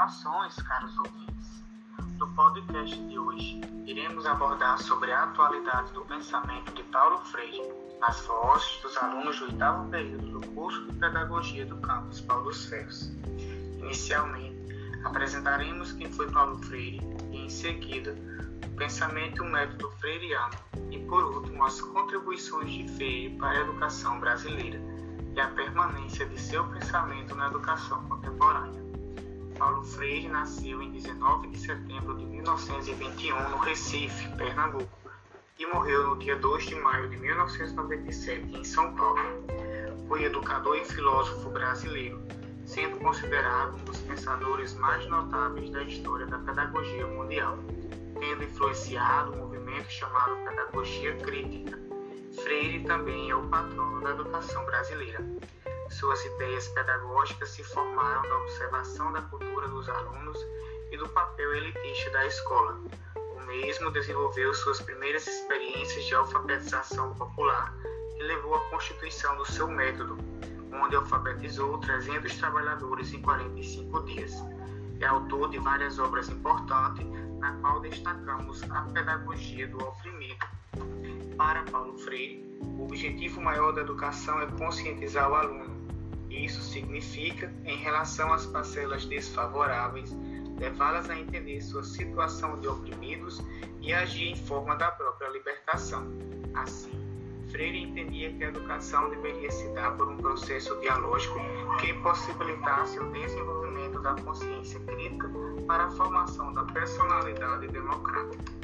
Saudações, caros ouvintes. No podcast de hoje, iremos abordar sobre a atualidade do pensamento de Paulo Freire, nas vozes dos alunos do 8º período do curso de Pedagogia do campus Paulo dos Ferros. Inicialmente, apresentaremos quem foi Paulo Freire e, em seguida, o pensamento e o método freiriano e, por último, as contribuições de Freire para a educação brasileira e a permanência de seu pensamento na educação contemporânea. Paulo Freire nasceu em 19 de setembro de 1921 no Recife, Pernambuco, e morreu no dia 2 de maio de 1997 em São Paulo. Foi educador e filósofo brasileiro, sendo considerado um dos pensadores mais notáveis da história da pedagogia mundial, tendo influenciado o movimento chamado Pedagogia Crítica. Freire também é o patrono da educação brasileira. Suas ideias pedagógicas se formaram da observação da cultura dos alunos e do papel elitista da escola. O mesmo desenvolveu suas primeiras experiências de alfabetização popular e levou à constituição do seu método, onde alfabetizou 300 trabalhadores em 45 dias. É autor de várias obras importantes, na qual destacamos a pedagogia do oprimido. Para Paulo Freire, o objetivo maior da educação é conscientizar o aluno. Isso significa, em relação às parcelas desfavoráveis, levá-las a entender sua situação de oprimidos e agir em forma da própria libertação. Assim, Freire entendia que a educação deveria se dar por um processo dialógico que possibilitasse o desenvolvimento da consciência crítica para a formação da personalidade democrática.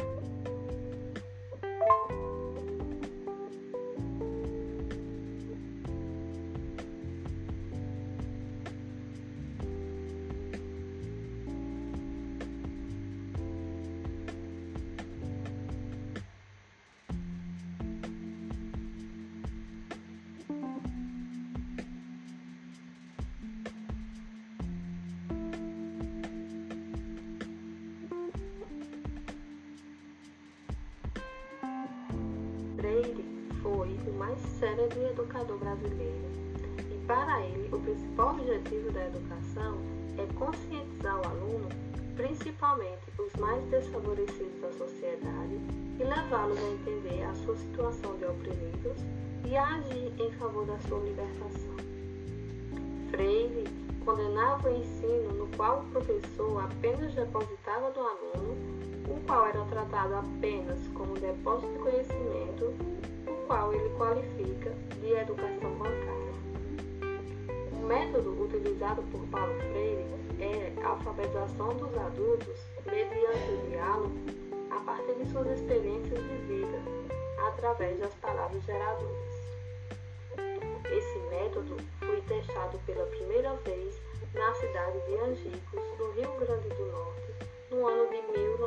Freire foi o mais célebre educador brasileiro e, para ele, o principal objetivo da educação é conscientizar o aluno, principalmente os mais desfavorecidos da sociedade, e levá-los a entender a sua situação de oprimidos e a agir em favor da sua libertação. Freire condenava o ensino no qual o professor apenas depositava no aluno, o qual era tratado apenas como depósito de conhecimento, o qual ele qualifica de educação bancária. O método utilizado por Paulo Freire é a alfabetização dos adultos mediante o diálogo a partir de suas experiências de vida, através das palavras geradoras. Esse método foi testado pela primeira vez na cidade de Angicos, no Rio Grande do Norte, no ano de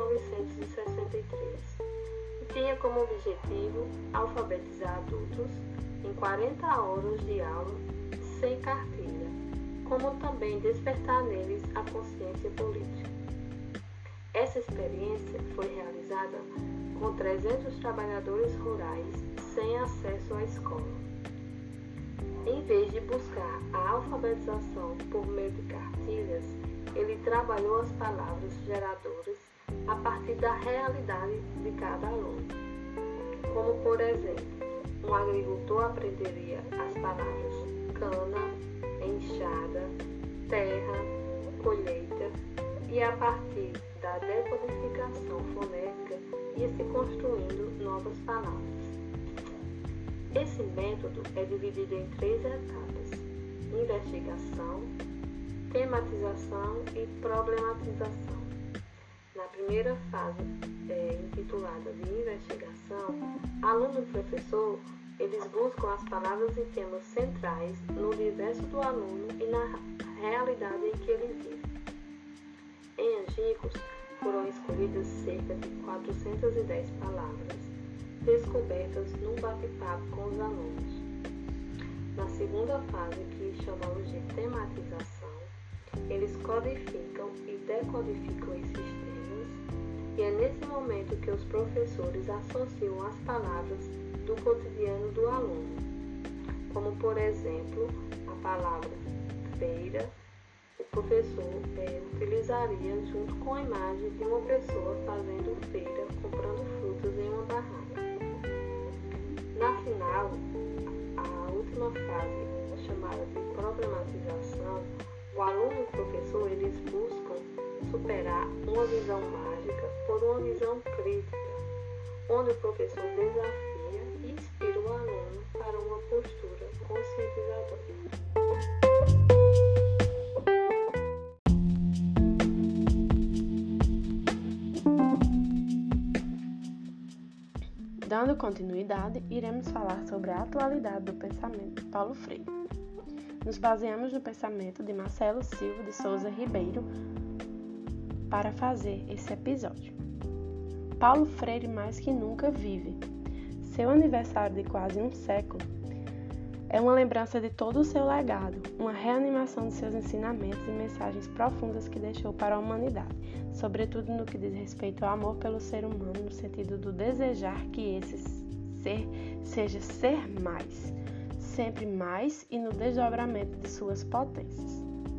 1963, e tinha como objetivo alfabetizar adultos em 40 horas de aula sem cartilha, como também despertar neles a consciência política. Essa experiência foi realizada com 300 trabalhadores rurais sem acesso à escola. Em vez de buscar a alfabetização por meio de cartilhas, ele trabalhou as palavras geradoras a partir da realidade de cada aluno. Como, por exemplo, um agricultor aprenderia as palavras cana, enxada, terra, colheita, e a partir da decodificação fonética ia se construindo novas palavras. Esse método é dividido em 3 etapas: investigação, tematização e problematização. Na primeira fase, intitulada de investigação, aluno e professor, eles buscam as palavras e temas centrais no universo do aluno e na realidade em que ele vive. Em Angicos, foram escolhidas cerca de 410 palavras, descobertas num bate-papo com os alunos. Na segunda fase, que chamamos de tematização, eles codificam e decodificam esses temas, e é nesse momento que os professores associam as palavras do cotidiano do aluno, como, por exemplo, a palavra feira, o professor utilizaria junto com a imagem de uma pessoa fazendo feira, comprando frutas em uma barraca. Na final, a última fase, chamada de problematização, o aluno e o professor eles buscam superar uma visão mágica por uma visão crítica, onde o professor desafia e inspira o aluno para uma postura conscientizadora. Dando continuidade, iremos falar sobre a atualidade do pensamento de Paulo Freire. Nos baseamos no pensamento de Marcelo Silva de Souza Ribeiro para fazer esse episódio. Paulo Freire mais que nunca vive. Seu aniversário de quase um século é uma lembrança de todo o seu legado, uma reanimação de seus ensinamentos e mensagens profundas que deixou para a humanidade, sobretudo no que diz respeito ao amor pelo ser humano, no sentido do desejar que esse ser seja ser mais, sempre mais e no desdobramento de suas potências.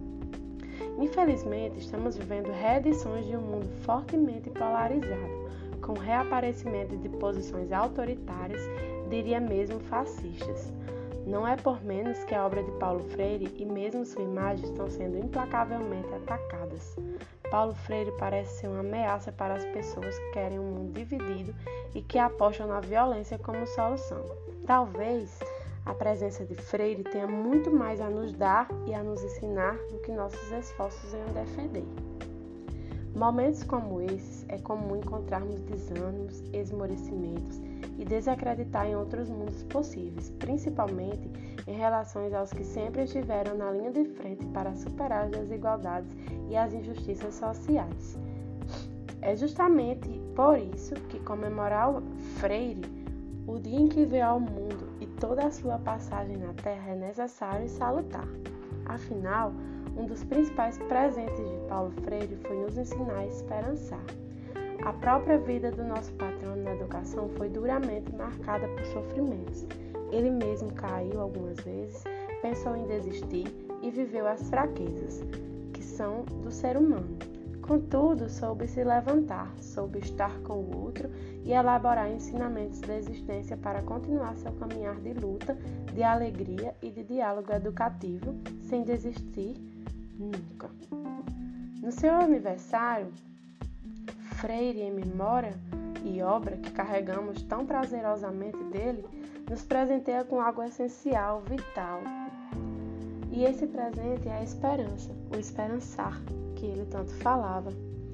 Infelizmente, estamos vivendo reedições de um mundo fortemente polarizado, com o reaparecimento de posições autoritárias, diria mesmo fascistas. Não é por menos que a obra de Paulo Freire e mesmo sua imagem estão sendo implacavelmente atacadas. Paulo Freire parece ser uma ameaça para as pessoas que querem um mundo dividido e que apostam na violência como solução. Talvez a presença de Freire tenha muito mais a nos dar e a nos ensinar do que nossos esforços em defender. Momentos como esses é comum encontrarmos desânimos, esmorecimentos e desacreditar em outros mundos possíveis, principalmente em relação aos que sempre estiveram na linha de frente para superar as desigualdades e as injustiças sociais. É justamente por isso que comemorar Freire, o dia em que veio ao mundo e toda a sua passagem na Terra, é necessário e salutar. Afinal, um dos principais presentes de Paulo Freire foi nos ensinar a esperançar. A própria vida do nosso patrono na educação foi duramente marcada por sofrimentos. Ele mesmo caiu algumas vezes, pensou em desistir e viveu as fraquezas, que são do ser humano. Contudo, soube se levantar, soube estar com o outro e elaborar ensinamentos de existência para continuar seu caminhar de luta, de alegria e de diálogo educativo, sem desistir nunca. No seu aniversário, Freire, em memória e obra que carregamos tão prazerosamente dele, nos presenteia com algo essencial, vital. E esse presente é a esperança, o esperançar, que ele tanto falava.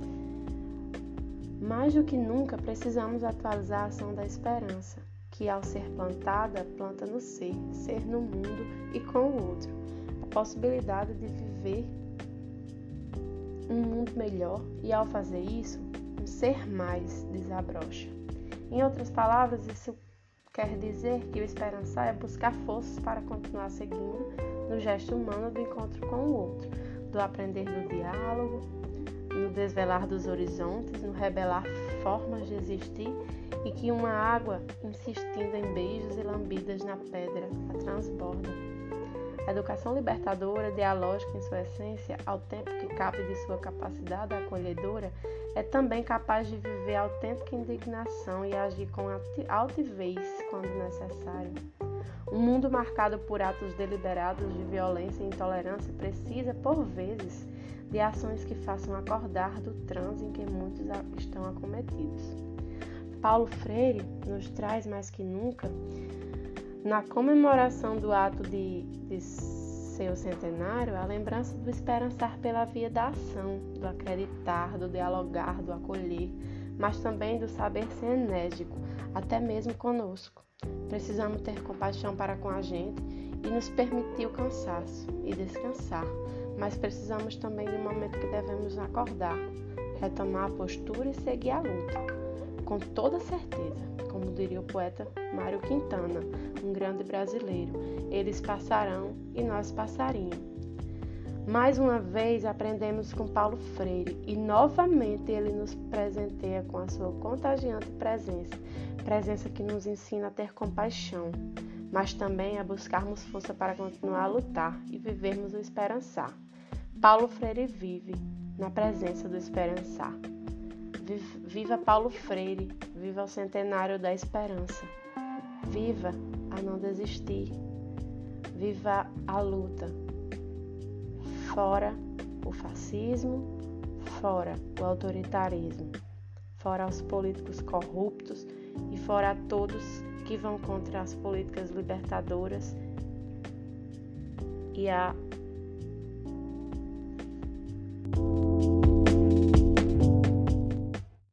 Mais do que nunca, precisamos atualizar a ação da esperança, que ao ser plantada, planta no ser no mundo e com o outro. A possibilidade de viver um mundo melhor e, ao fazer isso, um ser mais desabrocha. Em outras palavras, isso quer dizer que o esperançar é buscar forças para continuar seguindo no gesto humano do encontro com o outro, do aprender do diálogo, no desvelar dos horizontes, no revelar formas de existir e que uma água insistindo em beijos e lambidas na pedra a transborda. A educação libertadora, dialógica em sua essência, ao tempo que cabe de sua capacidade acolhedora, é também capaz de viver autêntica indignação e agir com altivez quando necessário. Um mundo marcado por atos deliberados de violência e intolerância precisa, por vezes, de ações que façam acordar do transe em que muitos estão acometidos. Paulo Freire nos traz mais que nunca, na comemoração do ato de seu centenário, a lembrança do esperançar pela via da ação, do acreditar, do dialogar, do acolher, mas também do saber ser enérgico, até mesmo conosco. Precisamos ter compaixão para com a gente e nos permitir o cansaço e descansar, mas precisamos também de um momento que devemos acordar, retomar a postura e seguir a luta. Com toda certeza, como diria o poeta Mário Quintana, um grande brasileiro, eles passarão e nós passaríamos. Mais uma vez aprendemos com Paulo Freire e novamente ele nos presenteia com a sua contagiante presença que nos ensina a ter compaixão, mas também a buscarmos força para continuar a lutar e vivermos o esperançar. Paulo Freire vive na presença do esperançar. Viva Paulo Freire, viva o centenário da esperança. Viva a não desistir. Viva a luta. Fora o fascismo, fora o autoritarismo, fora os políticos corruptos e fora todos que vão contra as políticas libertadoras e a